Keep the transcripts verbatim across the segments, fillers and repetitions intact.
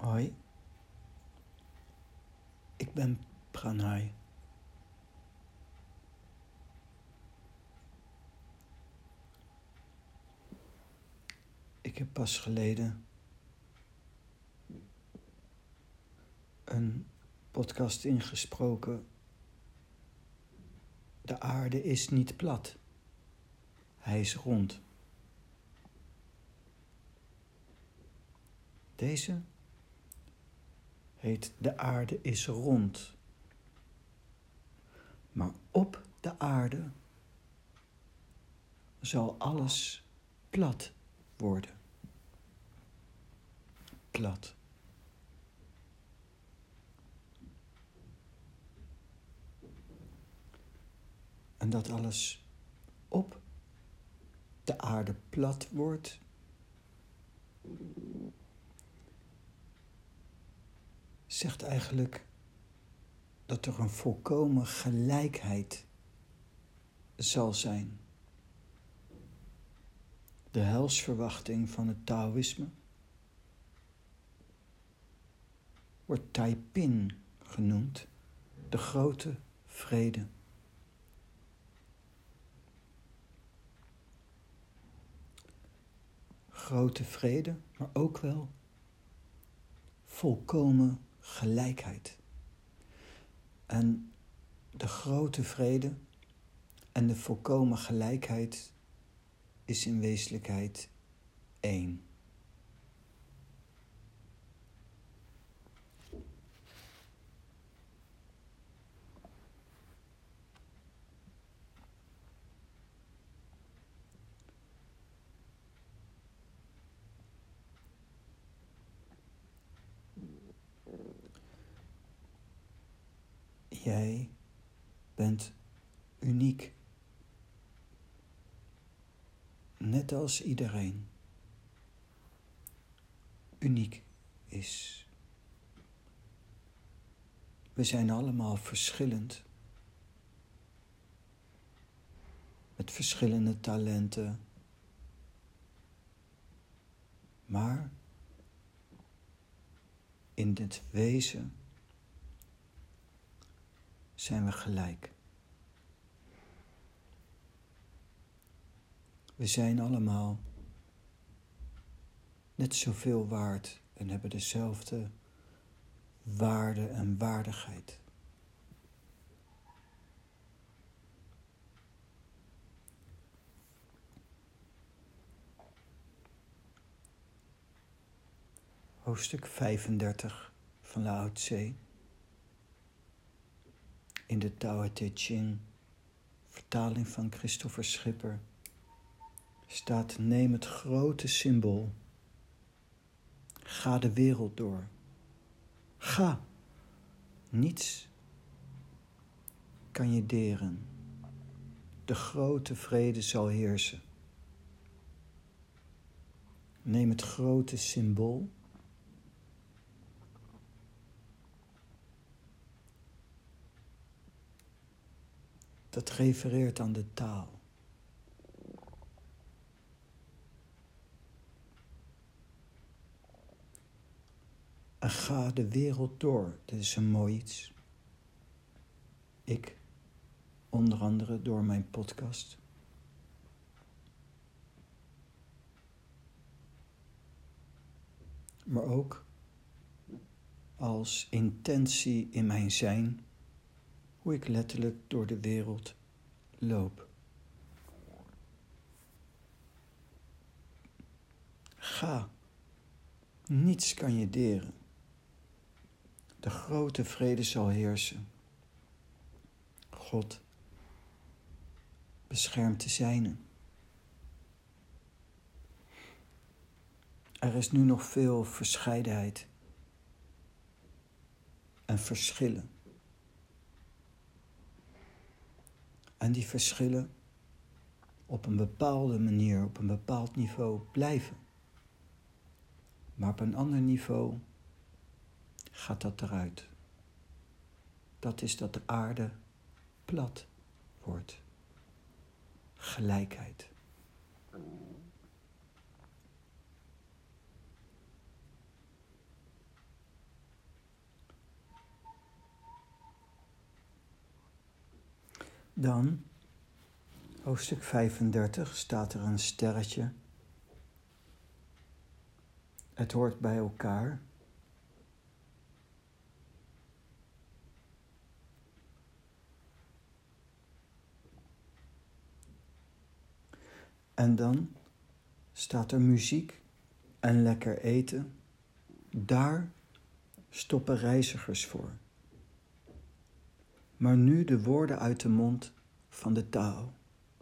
Hoi, ik ben Pranay. Ik heb pas geleden een podcast ingesproken. De aarde is niet plat, hij is rond. Deze heet De aarde is rond. Maar op de aarde zal alles plat worden. Plat. En dat alles op de aarde plat wordt, zegt eigenlijk dat er een volkomen gelijkheid zal zijn. De helsverwachting van het Taoïsme wordt Taiping genoemd, de grote vrede. Grote vrede, maar ook wel volkomen gelijkheid. En de grote vrede en de volkomen gelijkheid is in wezenlijkheid één. Jij bent uniek. Net als iedereen uniek is. We zijn allemaal verschillend. Met verschillende talenten. Maar in het wezen zijn we gelijk. We zijn allemaal net zoveel waard en hebben dezelfde waarde en waardigheid. Hoofdstuk vijfendertig van Lao Tse in de Tao Te Ching, vertaling van Christopher Schipper, staat: neem het grote symbool. Ga de wereld door. Ga. Niets kan je deren. De grote vrede zal heersen. Neem het grote symbool. Dat refereert aan de taal. En ga de wereld door. Dit is een mooi iets. Ik, onder andere door mijn podcast. Maar ook als intentie in mijn zijn, hoe ik letterlijk door de wereld loop. Ga. Niets kan je deren. De grote vrede zal heersen. God beschermt de zijnen. Er is nu nog veel verscheidenheid en verschillen. En die verschillen op een bepaalde manier, op een bepaald niveau blijven. Maar op een ander niveau gaat dat eruit. Dat is dat de aarde plat wordt. Gelijkheid. Dan, hoofdstuk vijfendertig, staat er een sterretje. Het hoort bij elkaar. En dan staat er muziek en lekker eten. Daar stoppen reizigers voor. Maar nu de woorden uit de mond van de Tao.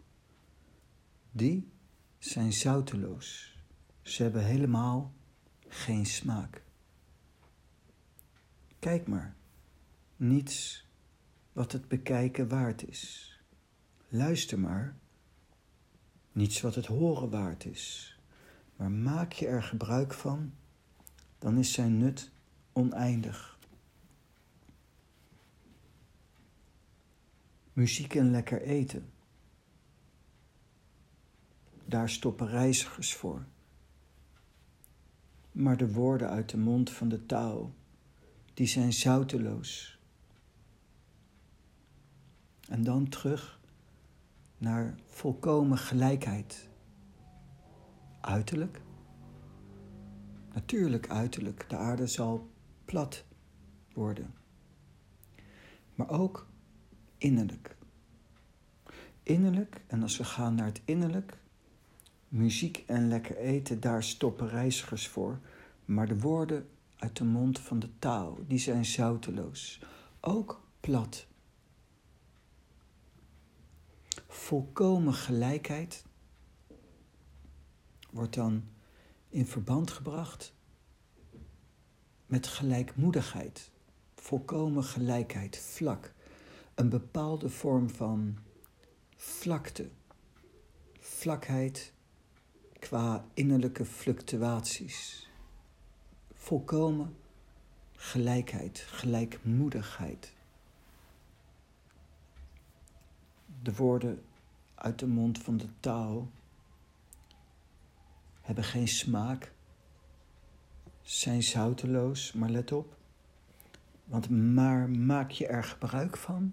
Die zijn zouteloos. Ze hebben helemaal geen smaak. Kijk maar, niets wat het bekijken waard is. Luister maar, niets wat het horen waard is. Maar maak je er gebruik van, dan is zijn nut oneindig. Muziek en lekker eten. Daar stoppen reizigers voor. Maar de woorden uit de mond van de Tao, die zijn zouteloos. En dan terug naar volkomen gelijkheid. Uiterlijk? Natuurlijk uiterlijk. De aarde zal plat worden. Maar ook innerlijk. Innerlijk, en als we gaan naar het innerlijk, muziek en lekker eten, daar stoppen reizigers voor. Maar de woorden uit de mond van de Tao, die zijn zouteloos. Ook plat. Volkomen gelijkheid wordt dan in verband gebracht met gelijkmoedigheid. Volkomen gelijkheid, vlak. Een bepaalde vorm van vlakte. Vlakheid qua innerlijke fluctuaties. Volkomen gelijkheid, gelijkmoedigheid. De woorden uit de mond van de Tao hebben geen smaak, zijn zouteloos, maar let op, want maar maak je er gebruik van,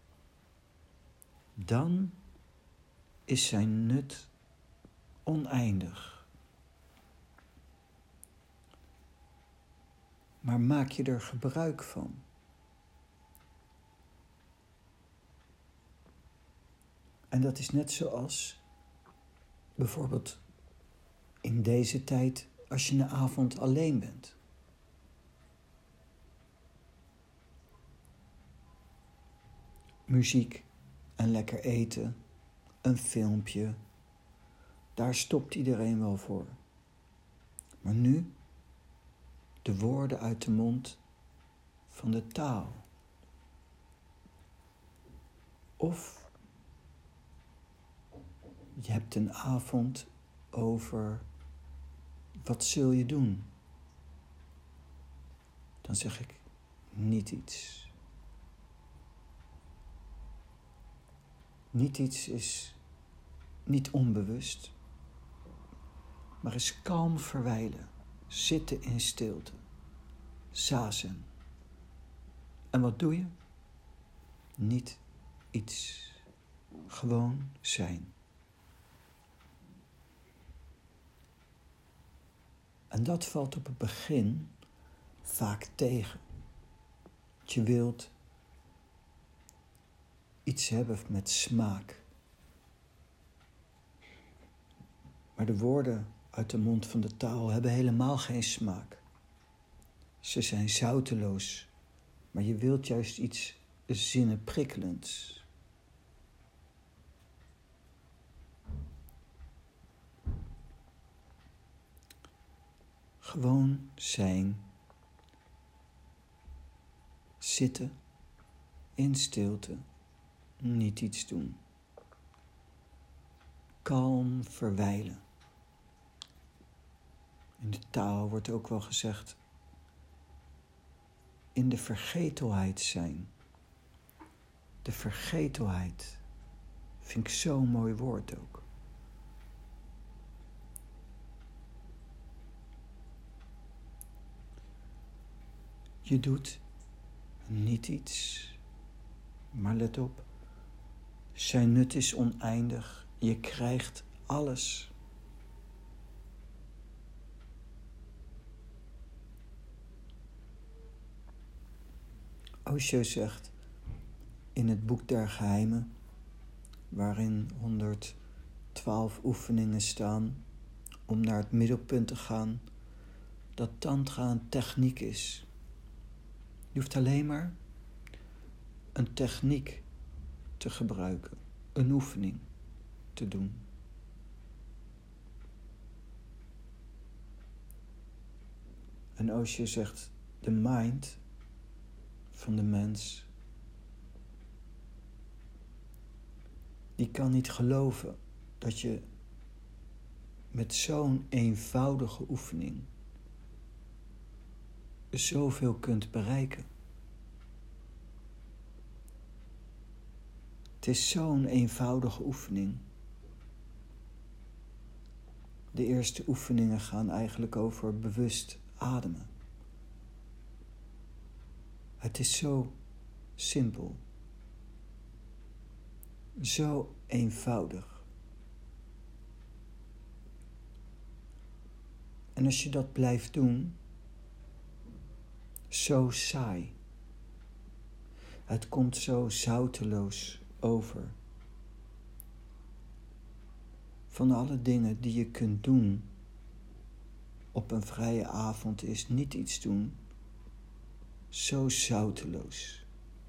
dan is zijn nut oneindig. Maar maak je er gebruik van. En dat is net zoals bijvoorbeeld in deze tijd als je een avond alleen bent. Muziek en lekker eten, een filmpje, daar stopt iedereen wel voor. Maar nu de woorden uit de mond van de Tao. Of je hebt een avond over wat zul je doen? Dan zeg ik niet iets. Niet iets is niet onbewust, maar is kalm verwijlen, zitten in stilte, zazen. En wat doe je? Niet iets, gewoon zijn. En dat valt op het begin vaak tegen. Want je wilt iets hebben met smaak. Maar de woorden uit de mond van de Tao hebben helemaal geen smaak. Ze zijn zouteloos, maar je wilt juist iets zinnenprikkelends. Gewoon zijn, zitten, in stilte, niet iets doen. Kalm verwijlen. In de Tao wordt ook wel gezegd, in de vergetelheid zijn. De vergetelheid vind ik zo'n mooi woord ook. Je doet niet iets, maar let op, Zijn nut is oneindig. Je krijgt alles. Osho zegt in het boek der geheimen, waarin honderdtwaalf oefeningen staan om naar het middelpunt te gaan, dat tantra een techniek is. Je hoeft alleen maar een techniek te gebruiken, een oefening te doen. En Osho zegt, de mind van de mens, die kan niet geloven dat je met zo'n eenvoudige oefening zoveel kunt bereiken. Het is zo'n eenvoudige oefening. De eerste oefeningen gaan eigenlijk over bewust ademen. Het is zo simpel. Zo eenvoudig. En als je dat blijft doen, zo saai. Het komt zo zouteloos over. Van alle dingen die je kunt doen op een vrije avond is niet iets doen zo zouteloos.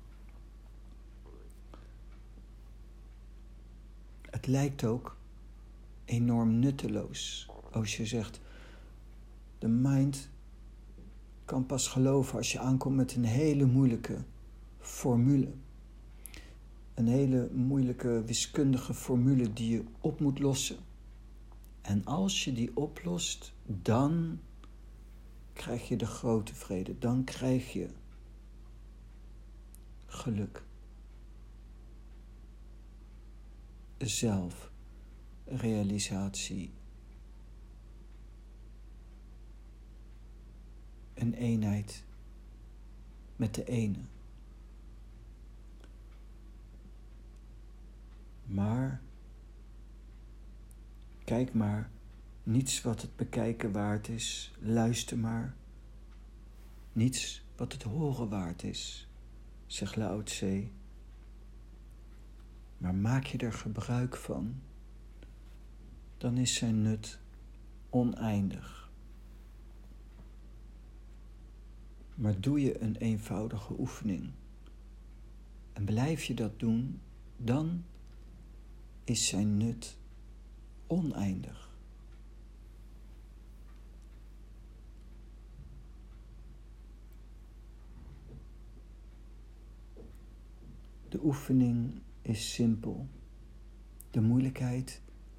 Het lijkt ook enorm nutteloos. Als je zegt, de mind kan pas geloven als je aankomt met een hele moeilijke formule. Een hele moeilijke wiskundige formule die je op moet lossen. En als je die oplost, dan krijg je de grote vrede. Dan krijg je geluk. Zelfrealisatie. Een eenheid met de ene. Maar kijk maar, niets wat het bekijken waard is, luister maar. Niets wat het horen waard is, zegt Lao Tse. Maar maak je er gebruik van, dan is zijn nut oneindig. Maar doe je een eenvoudige oefening en blijf je dat doen, dan is zijn nut oneindig. De oefening is simpel. De moeilijkheid,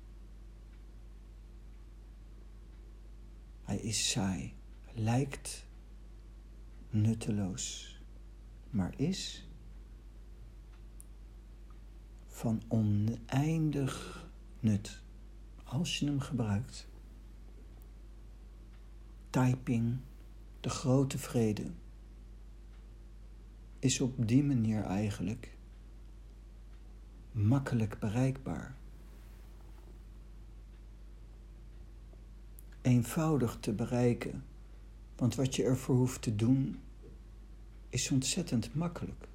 hij is saai, lijkt nutteloos, maar is van oneindig nut als je hem gebruikt. Taiping, de grote vrede, is op die manier eigenlijk makkelijk bereikbaar. Eenvoudig te bereiken, want wat je ervoor hoeft te doen is ontzettend makkelijk.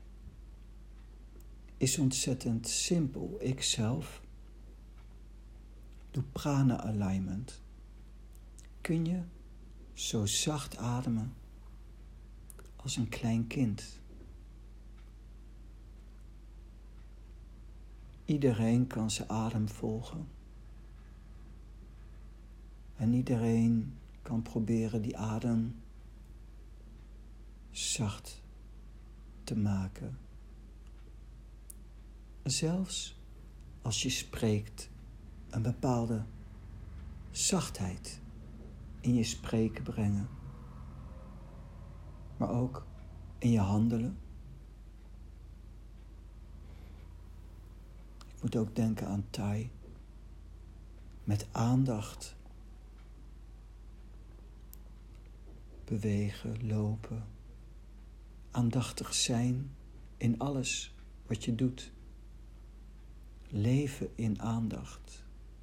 Is ontzettend simpel. Ik zelf doe prana alignment. Kun je zo zacht ademen als een klein kind. Iedereen kan zijn adem volgen. En iedereen kan proberen die adem zacht te maken. Zelfs als je spreekt, een bepaalde zachtheid in je spreken brengen. Maar ook in je handelen. Ik moet ook denken aan Thai. Met aandacht bewegen, lopen. Aandachtig zijn in alles wat je doet. leven in aandacht.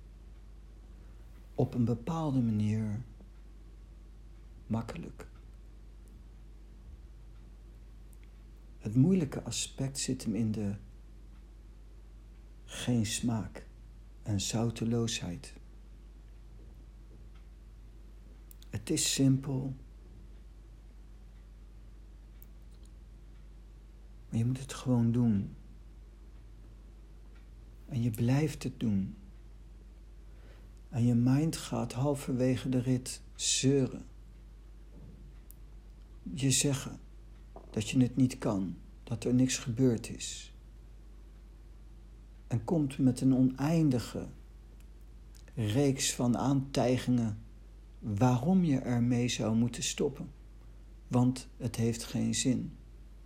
Op een bepaalde manier makkelijk. Het moeilijke aspect zit hem in de geen smaak en zouteloosheid. Het is simpel, maar je moet het gewoon doen. En je blijft het doen. En je mind gaat halverwege de rit zeuren. Je zeggen dat je het niet kan, dat er niks gebeurd is. En komt met een oneindige reeks van aantijgingen waarom je ermee zou moeten stoppen. Want het heeft geen zin.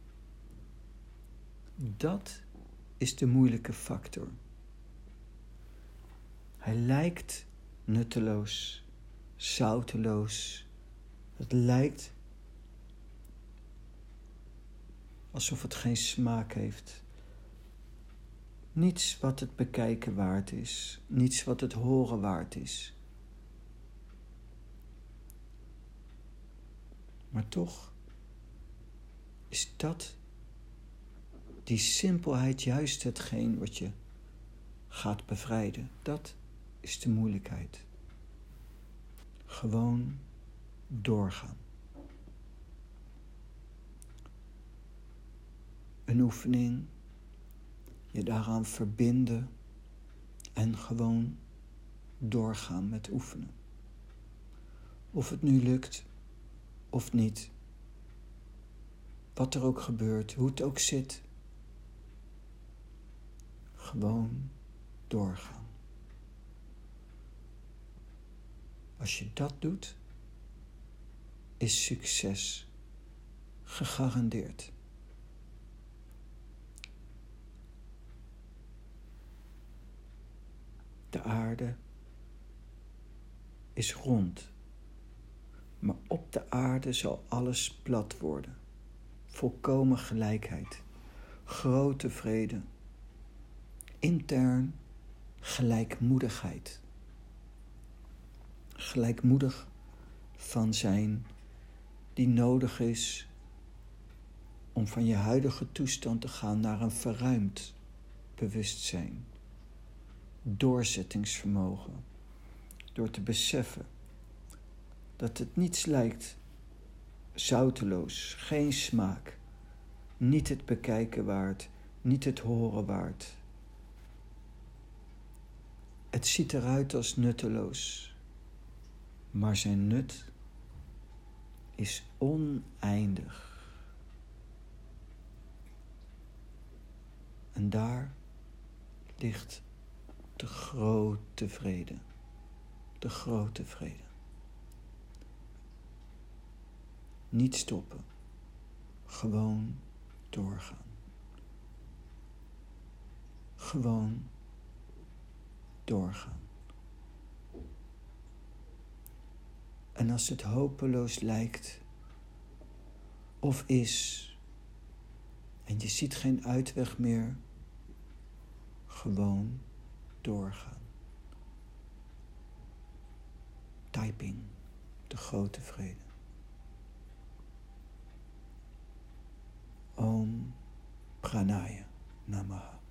Dat is de moeilijke factor. Hij lijkt nutteloos, zouteloos. Het lijkt alsof het geen smaak heeft. Niets wat het bekijken waard is. Niets wat het horen waard is. Maar toch is dat, die simpelheid, juist hetgeen wat je gaat bevrijden. Dat is de moeilijkheid. Gewoon doorgaan. Een oefening, je daaraan verbinden en gewoon doorgaan met oefenen. Of het nu lukt of niet. Wat er ook gebeurt, hoe het ook zit. Gewoon doorgaan. Als je dat doet, is succes gegarandeerd. De aarde is rond, maar op de aarde zal alles plat worden. Volkomen gelijkheid, grote vrede, intern gelijkmoedigheid. Gelijkmoedig van zijn die nodig is om van je huidige toestand te gaan naar een verruimd bewustzijn. Doorzettingsvermogen. Door te beseffen dat het niets lijkt, zouteloos, geen smaak, niet het bekijken waard, niet het horen waard. Het ziet eruit als nutteloos, maar zijn nut is oneindig. En daar ligt de grote vrede. De grote vrede. Niet stoppen. Gewoon doorgaan. Gewoon doorgaan. En als het hopeloos lijkt of is en je ziet geen uitweg meer, gewoon doorgaan. Typing, de grote vrede. Om Pranaya Namaha.